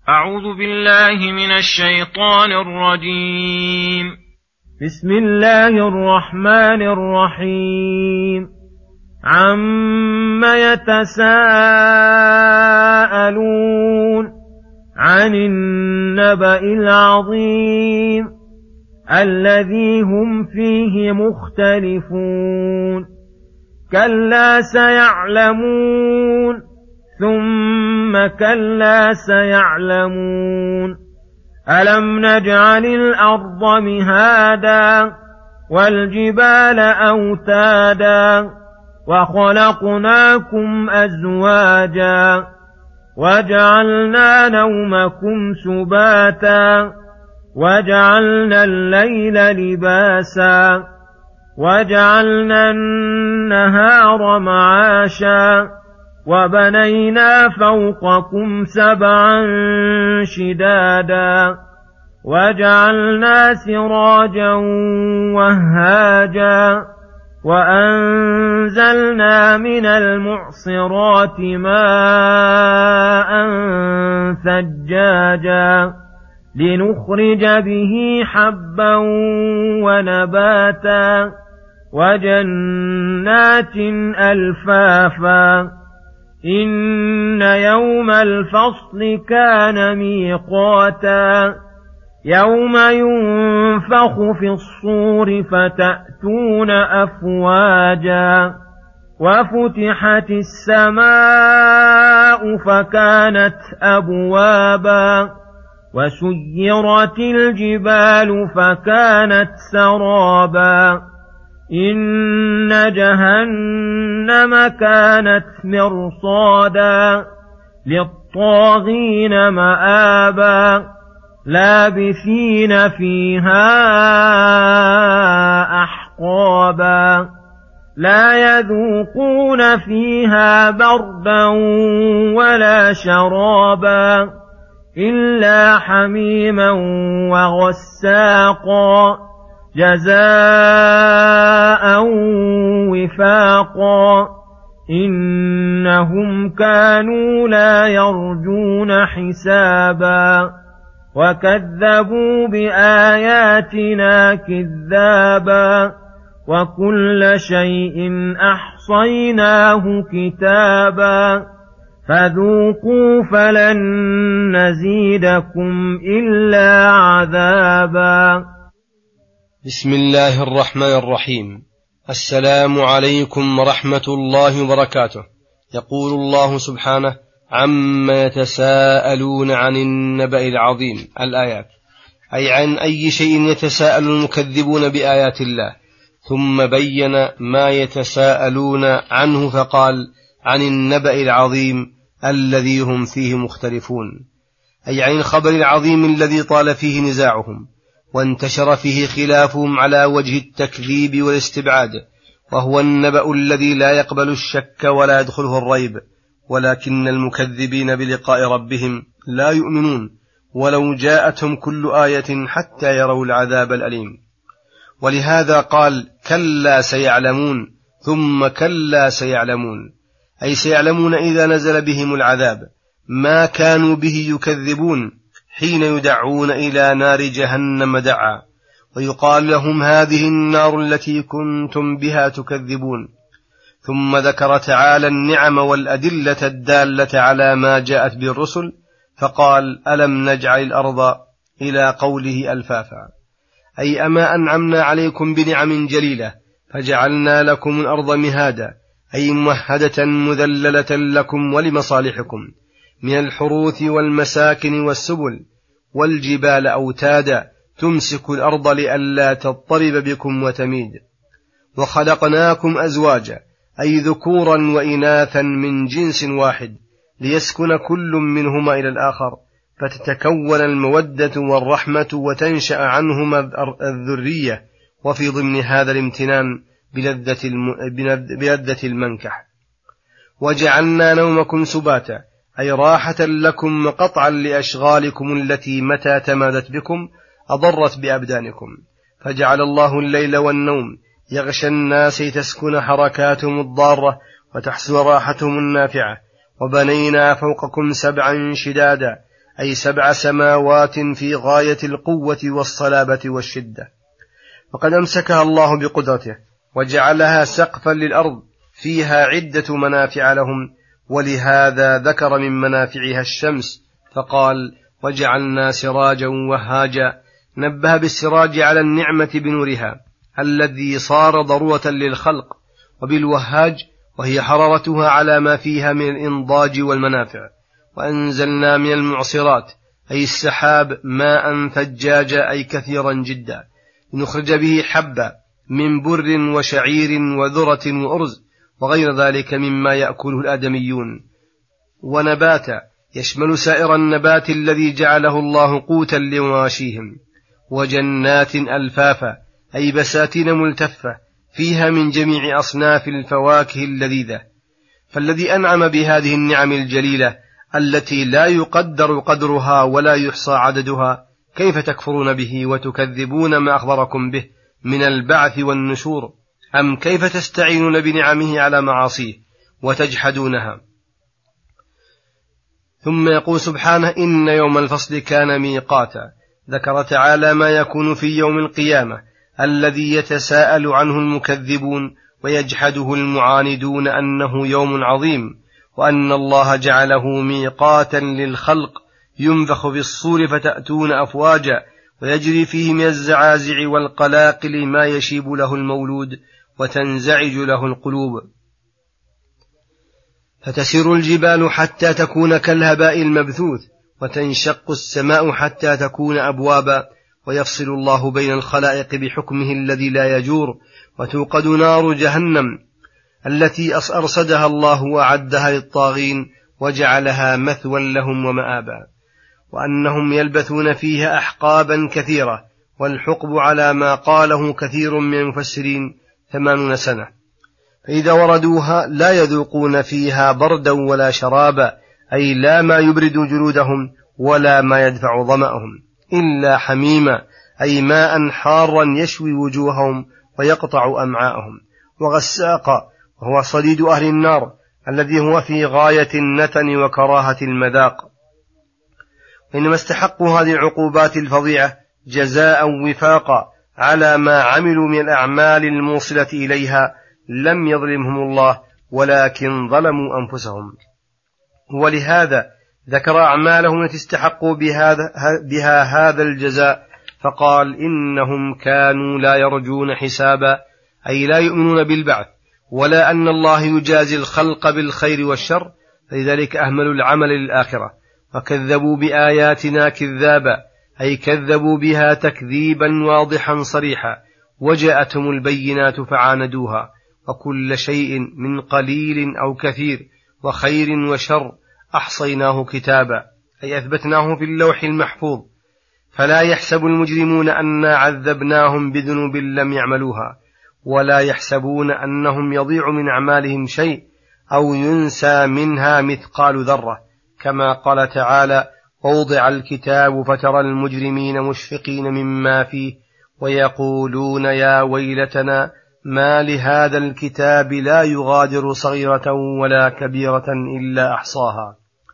أعوذ بالله من الشيطان الرجيم. بسم الله الرحمن الرحيم. عم يتساءلون عن النبأ العظيم الذي هم فيه مختلفون. كلا سيعلمون ثم كلا سيعلمون. ألم نجعل الأرض مهادا والجبال أوتادا وخلقناكم أزواجا وجعلنا نومكم سباتا وجعلنا الليل لباسا وجعلنا النهار معاشا وبنينا فوقكم سبعا شدادا وجعلنا سراجا وهاجا وأنزلنا من المعصرات ماء ثجاجا لنخرج به حبا ونباتا وجنات ألفافا. إن يوم الفصل كان ميقاتا يوم ينفخ في الصور فتأتون أفواجا وفتحت السماء فكانت أبوابا وسيرت الجبال فكانت سرابا. إن جهنم كانت مرصادا للطاغين مآبا لابثين فيها أحقابا لا يذوقون فيها بردا ولا شرابا إلا حميما وغساقا جزاء وفاقا. إنهم كانوا لا يرجون حسابا وكذبوا بآياتنا كذابا وكل شيء أحصيناه كتابا فذوقوا فلن نزيدكم إلا عذابا. بسم الله الرحمن الرحيم. السلام عليكم ورحمة الله وبركاته. يقول الله سبحانه: عم يتساءلون عن النبأ العظيم. الآيات، أي عن أي شيء يتساءل المكذبون بآيات الله، ثم بين ما يتساءلون عنه فقال: عن النبأ العظيم الذي هم فيه مختلفون، أي عن الخبر العظيم الذي طال فيه نزاعهم وانتشر فيه خلافهم على وجه التكذيب والاستبعاد، وهو النبأ الذي لا يقبل الشك ولا يدخله الريب، ولكن المكذبين بلقاء ربهم لا يؤمنون ولو جاءتهم كل آية حتى يروا العذاب الأليم. ولهذا قال: كلا سيعلمون ثم كلا سيعلمون، أي سيعلمون إذا نزل بهم العذاب ما كانوا به يكذبون حين يدعون إلى نار جهنم دعا، ويقال لهم: هذه النار التي كنتم بها تكذبون. ثم ذكر تعالى النعم والأدلة الدالة على ما جاءت بالرسل فقال: ألم نجعل الأرض إلى قوله ألفافا، أي أما أنعمنا عليكم بنعم جليلة فجعلنا لكم الأرض مهادا، أي ممهدة مذللة لكم ولمصالحكم من الحروث والمساكن والسبل، والجبال أوتادا تمسك الأرض لئلا تضطرب بكم وتميد. وخلقناكم أزواجا، أي ذكورا وإناثا من جنس واحد، ليسكن كل منهما إلى الآخر فتتكون المودة والرحمة وتنشأ عنهما الذرية، وفي ضمن هذا الامتنان بلذة المنكح. وجعلنا نومكم سباتا، أي راحة لكم وقطعا لأشغالكم التي متى تمادت بكم أضرت بأبدانكم. فجعل الله الليل والنوم يغشى الناس تسكن حركاتهم الضارة وتحسن راحتهم النافعة. وبنينا فوقكم سبعا شدادا، أي 7 سماوات في غاية القوة والصلابة والشدة، وقد أمسكها الله بقدرته وجعلها سقفا للأرض فيها عدة منافع لهم، ولهذا ذكر من منافعها الشمس فقال وجعلنا سراجا وهاجا، نبه بالسراج على النعمة بنورها الذي صار ضرورة للخلق، وبالوهاج وهي حرارتها على ما فيها من الإنضاج والمنافع. وأنزلنا من المعصرات أي السحاب ماء ثجاجا أي كثيرا جدا، لنخرج به حبا من بر وشعير وذرة وأرز وغير ذلك مما يأكله الآدميون، ونباتا يشمل سائر النبات الذي جعله الله قوتا لمواشيهم، وجنات ألفافا أي بساتين ملتفة فيها من جميع أصناف الفواكه اللذيذة. فالذي أنعم بهذه النعم الجليلة التي لا يقدر قدرها ولا يحصى عددها، كيف تكفرون به وتكذبون ما أخبركم به من البعث والنشور؟ أم كيف تستعينون بنعمه على معاصيه وتجحدونها؟ ثم يقول سبحانه إن يوم الفصل كان ميقاتا. ذكر تعالى ما يكون في يوم القيامة الذي يتساءل عنه المكذبون ويجحده المعاندون أنه يوم عظيم، وأن الله جعله ميقاتا للخلق ينفخ في الصور فتأتون أفواجا، ويجري فيه من الزعازع والقلاقل ما يشيب له المولود وتنزعج له القلوب، فتسير الجبال حتى تكون كالهباء المبثوث، وتنشق السماء حتى تكون أبوابا، ويفصل الله بين الخلائق بحكمه الذي لا يجور، وتوقد نار جهنم التي أرصدها الله وأعدها للطاغين وجعلها مثوى لهم ومآبا، وأنهم يلبثون فيها أحقابا كثيرة، والحقب على ما قاله كثير من المفسرين 80 سنة، فإذا وردوها لا يذوقون فيها بردا ولا شرابا، أي لا ما يبرد جلودهم ولا ما يدفع ظمأهم، إلا حميما أي ماء حارا يشوي وجوههم ويقطع أمعاءهم، وغساقا وهو صديد أهل النار الذي هو في غاية النتن وكراهة المذاق. وإنما استحقوا هذه العقوبات الفظيعة جزاء وفاقا على ما عملوا من الأعمال الموصلة إليها، لم يظلمهم الله ولكن ظلموا أنفسهم، ولهذا ذكر أعمالهم التي استحقوا بها هذا الجزاء، فقال إنهم كانوا لا يرجون حسابا، أي لا يؤمنون بالبعث ولا أن الله يجازي الخلق بالخير والشر، فلذلك أهملوا العمل للآخرة، وكذبوا بآياتنا كذابا، أي كذبوا بها تكذيبا واضحا صريحا، وجاءتهم البينات فعاندوها، وكل شيء من قليل أو كثير وخير وشر أحصيناه كتابا، أي أثبتناه في اللوح المحفوظ، فلا يحسب المجرمون أنا عذبناهم بذنوب لم يعملوها، ولا يحسبون أنهم يضيع من أعمالهم شيء أو ينسى منها مثقال ذرة، كما قال تعالى ووضع الكتاب فترى المجرمين مشفقين مما فيه ويقولون يا ويلتنا ما لهذا الكتاب لا يغادر صغيرة ولا كبيرة إلا أحصاها،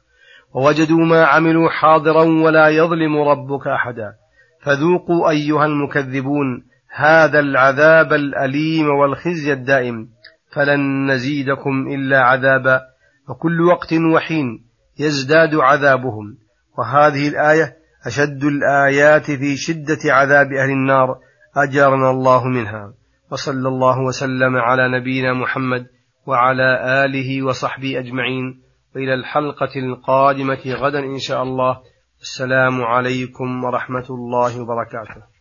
ووجدوا ما عملوا حاضرا ولا يظلم ربك أحدا، فذوقوا أيها المكذبون هذا العذاب الأليم والخزي الدائم، فلن نزيدكم إلا عذابا، وكل وقت وحين يزداد عذابهم. وهذه الآية أشد الآيات في شدة عذاب أهل النار، أجرنا الله منها. وصلى الله وسلم على نبينا محمد وعلى آله وصحبه أجمعين، وإلى الحلقة القادمة غدا إن شاء الله. السلام عليكم ورحمة الله وبركاته.